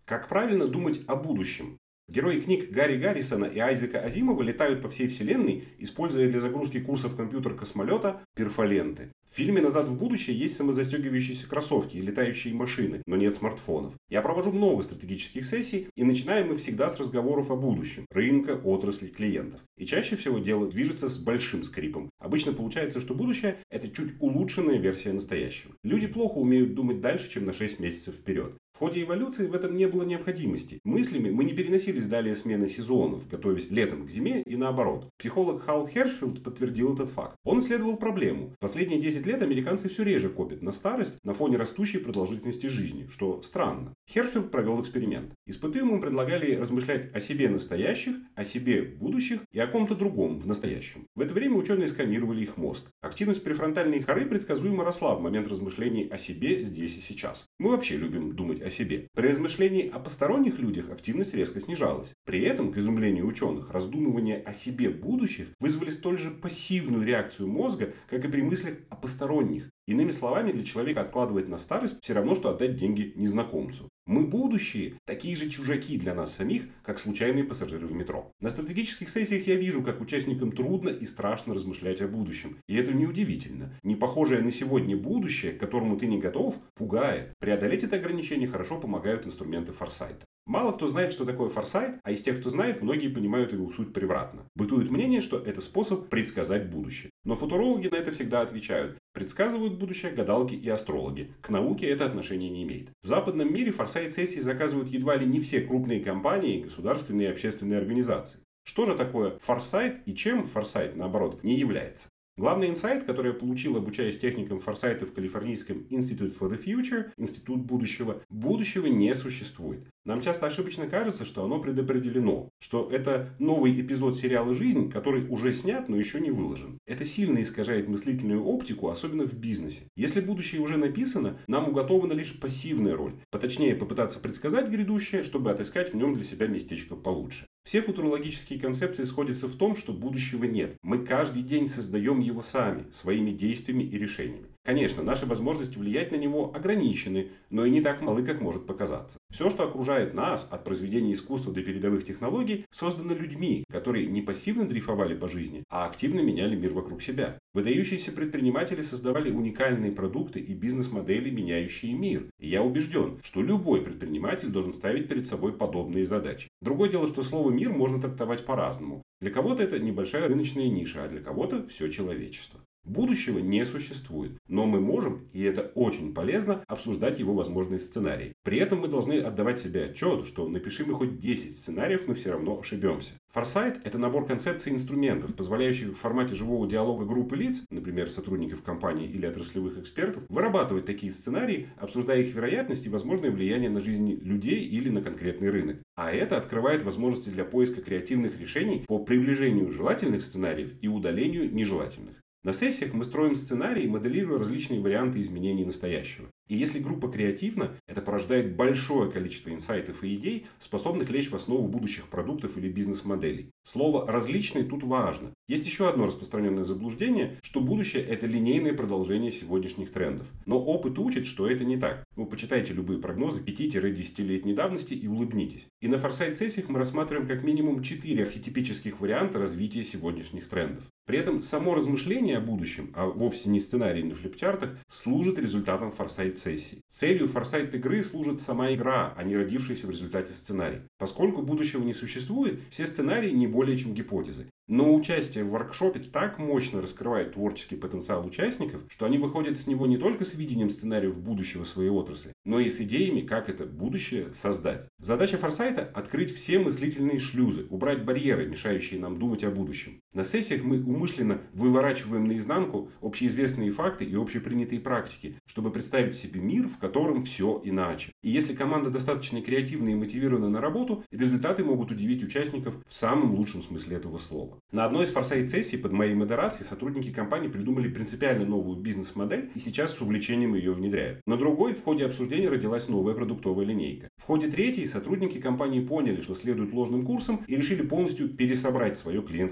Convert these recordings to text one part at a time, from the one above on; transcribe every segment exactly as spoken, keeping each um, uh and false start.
Как правильно думать о будущем? Герои книг Гарри Гаррисона и Айзека Азимова летают по всей вселенной, используя для загрузки курсов компьютер-космолета перфоленты. В фильме «Назад в будущее» есть самозастегивающиеся кроссовки и летающие машины, но нет смартфонов. Я провожу много стратегических сессий, и начинаем мы всегда с разговоров о будущем, рынка, отрасли, клиентов. И чаще всего дело движется с большим скрипом. Обычно получается, что будущее – это чуть улучшенная версия настоящего. Люди плохо умеют думать дальше, чем на шесть месяцев вперед. В ходе эволюции в этом не было необходимости. Мыслями мы не переносились далее смены сезонов, готовясь летом к зиме и наоборот. Психолог Хал Хершфилд подтвердил этот факт. Он исследовал проблему. Последние десять лет американцы все реже копят на старость на фоне растущей продолжительности жизни, что странно. Хершфилд провел эксперимент. Испытуемым предлагали размышлять о себе настоящих, о себе будущих и о ком-то другом в настоящем. В это время ученые сканировали их мозг. Активность префронтальной коры предсказуемо росла в момент размышлений о себе здесь и сейчас. Мы вообще любим думать о себе. При размышлении о посторонних людях активность резко снижалась. При этом, к изумлению ученых, раздумывания о себе будущих вызвали столь же пассивную реакцию мозга, как и при мыслях о посторонних. Иными словами, для человека откладывать на старость все равно, что отдать деньги незнакомцу. Мы будущие, такие же чужаки для нас самих, как случайные пассажиры в метро. На стратегических сессиях я вижу, как участникам трудно и страшно размышлять о будущем. И это неудивительно. Не похожее на сегодня будущее, к которому ты не готов, пугает. Преодолеть это ограничение хорошо помогают инструменты форсайта. Мало кто знает, что такое форсайт, а из тех, кто знает, многие понимают его суть превратно. Бытует мнение, что это способ предсказать будущее. Но футурологи на это всегда отвечают. Предсказывают будущее гадалки и астрологи. К науке это отношение не имеет. В западном мире форсайт-сессии заказывают едва ли не все крупные компании, государственные и общественные организации. Что же такое форсайт и чем форсайт, наоборот, не является? Главный инсайт, который я получил, обучаясь техникам форсайта в калифорнийском Institute for the Future, Институт будущего, будущего не существует. Нам часто ошибочно кажется, что оно предопределено, что это новый эпизод сериала «Жизнь», который уже снят, но еще не выложен. Это сильно искажает мыслительную оптику, особенно в бизнесе. Если будущее уже написано, нам уготована лишь пассивная роль. Поточнее попытаться предсказать грядущее, чтобы отыскать в нем для себя местечко получше. Все футурологические концепции сходятся в том, что будущего нет. Мы каждый день создаем его сами, своими действиями и решениями. Конечно, наши возможности влиять на него ограничены, но и не так малы, как может показаться. Все, что окружает нас, от произведения искусства до передовых технологий, создано людьми, которые не пассивно дрейфовали по жизни, а активно меняли мир вокруг себя. Выдающиеся предприниматели создавали уникальные продукты и бизнес-модели, меняющие мир. И я убежден, что любой предприниматель должен ставить перед собой подобные задачи. Другое дело, что слово «мир» можно трактовать по-разному. Для кого-то это небольшая рыночная ниша, а для кого-то все человечество. Будущего не существует, но мы можем, и это очень полезно, обсуждать его возможные сценарии. При этом мы должны отдавать себе отчет, что напиши мы хоть десять сценариев, мы все равно ошибемся. Форсайт – это набор концепций и инструментов, позволяющих в формате живого диалога группы лиц, например, сотрудников компании или отраслевых экспертов, вырабатывать такие сценарии, обсуждая их вероятность и возможное влияние на жизнь людей или на конкретный рынок. А это открывает возможности для поиска креативных решений по приближению желательных сценариев и удалению нежелательных. На сессиях мы строим сценарии, моделируя различные варианты изменений настоящего. И если группа креативна, это порождает большое количество инсайтов и идей, способных лечь в основу будущих продуктов или бизнес-моделей. Слово «различный» тут важно. Есть еще одно распространенное заблуждение, что будущее – это линейное продолжение сегодняшних трендов. Но опыт учит, что это не так. Вы почитайте любые прогнозы пяти-десятилетней давности и улыбнитесь. И на форсайт-сессиях мы рассматриваем как минимум четыре архетипических варианта развития сегодняшних трендов. При этом само размышление о будущем, а вовсе не сценарий на флипчартах, служит результатом форсайт-сессий. Целью форсайт-игры служит сама игра, а не родившийся в результате сценарий. Поскольку будущего не существует, все сценарии не более чем гипотезы. Но участие в воркшопе так мощно раскрывает творческий потенциал участников, что они выходят с него не только с видением сценариев будущего своей отрасли, но и с идеями, как это будущее создать. Задача форсайта – открыть все мыслительные шлюзы, убрать барьеры, мешающие нам думать о будущем. На сессиях мы умышленно выворачиваем наизнанку общеизвестные факты и общепринятые практики, чтобы представить себе мир, в котором все иначе. И если команда достаточно креативна и мотивирована на работу, результаты могут удивить участников в самом лучшем смысле этого слова. На одной из форсайт-сессий под моей модерацией сотрудники компании придумали принципиально новую бизнес-модель и сейчас с увлечением ее внедряют. На другой в ходе обсуждения родилась новая продуктовая линейка. В ходе третьей сотрудники компании поняли, что следуют ложным курсам и решили полностью пересобрать свое клиентское предложение.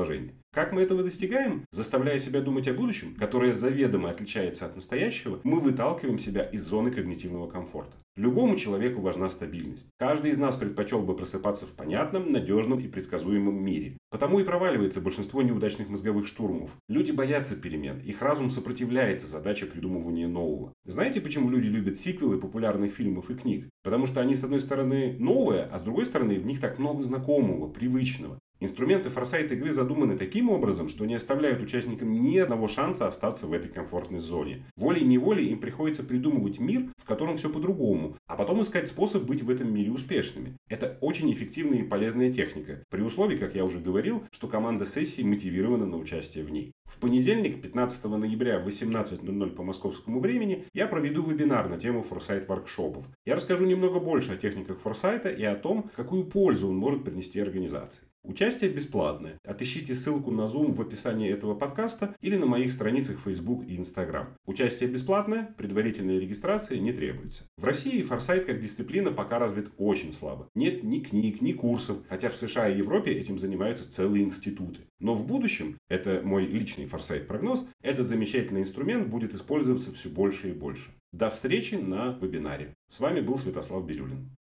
положение. Как мы этого достигаем? Заставляя себя думать о будущем, которое заведомо отличается от настоящего, мы выталкиваем себя из зоны когнитивного комфорта. Любому человеку важна стабильность. Каждый из нас предпочел бы просыпаться в понятном, надежном и предсказуемом мире. Потому и проваливается большинство неудачных мозговых штурмов. Люди боятся перемен, их разум сопротивляется задаче придумывания нового. Знаете, почему люди любят сиквелы популярных фильмов и книг? Потому что они, с одной стороны, новые, а с другой стороны, в них так много знакомого, привычного. Инструменты форсайт-игры задуманы таким образом, что не оставляют участникам ни одного шанса остаться в этой комфортной зоне. Волей-неволей им приходится придумывать мир, в котором все по-другому, а потом искать способ быть в этом мире успешными. Это очень эффективная и полезная техника, при условии, как я уже говорил, что команда сессии мотивирована на участие в ней. В понедельник, пятнадцатого ноября в восемнадцать ноль ноль по московскому времени, я проведу вебинар на тему форсайт-воркшопов. Я расскажу немного больше о техниках форсайта и о том, какую пользу он может принести организации. Участие бесплатное. Отыщите ссылку на Zoom в описании этого подкаста или на моих страницах Facebook и Instagram. Участие бесплатное, предварительная регистрация не требуется. В России форсайт как дисциплина пока развит очень слабо. Нет ни книг, ни курсов, хотя в США и Европе этим занимаются целые институты. Но в будущем, это мой личный форсайт-прогноз, этот замечательный инструмент будет использоваться все больше и больше. До встречи на вебинаре. С вами был Святослав Бирюлин.